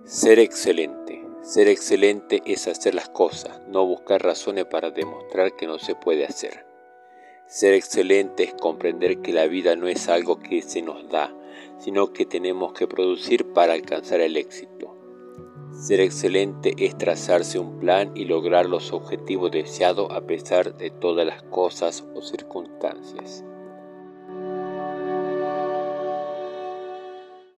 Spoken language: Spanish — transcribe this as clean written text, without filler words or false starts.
Ser excelente. Ser excelente es hacer las cosas, no buscar razones para demostrar que no se puede hacer. Ser excelente es comprender que la vida no es algo que se nos da, sino que tenemos que producir para alcanzar el éxito. Ser excelente es trazarse un plan y lograr los objetivos deseados a pesar de todas las cosas o circunstancias.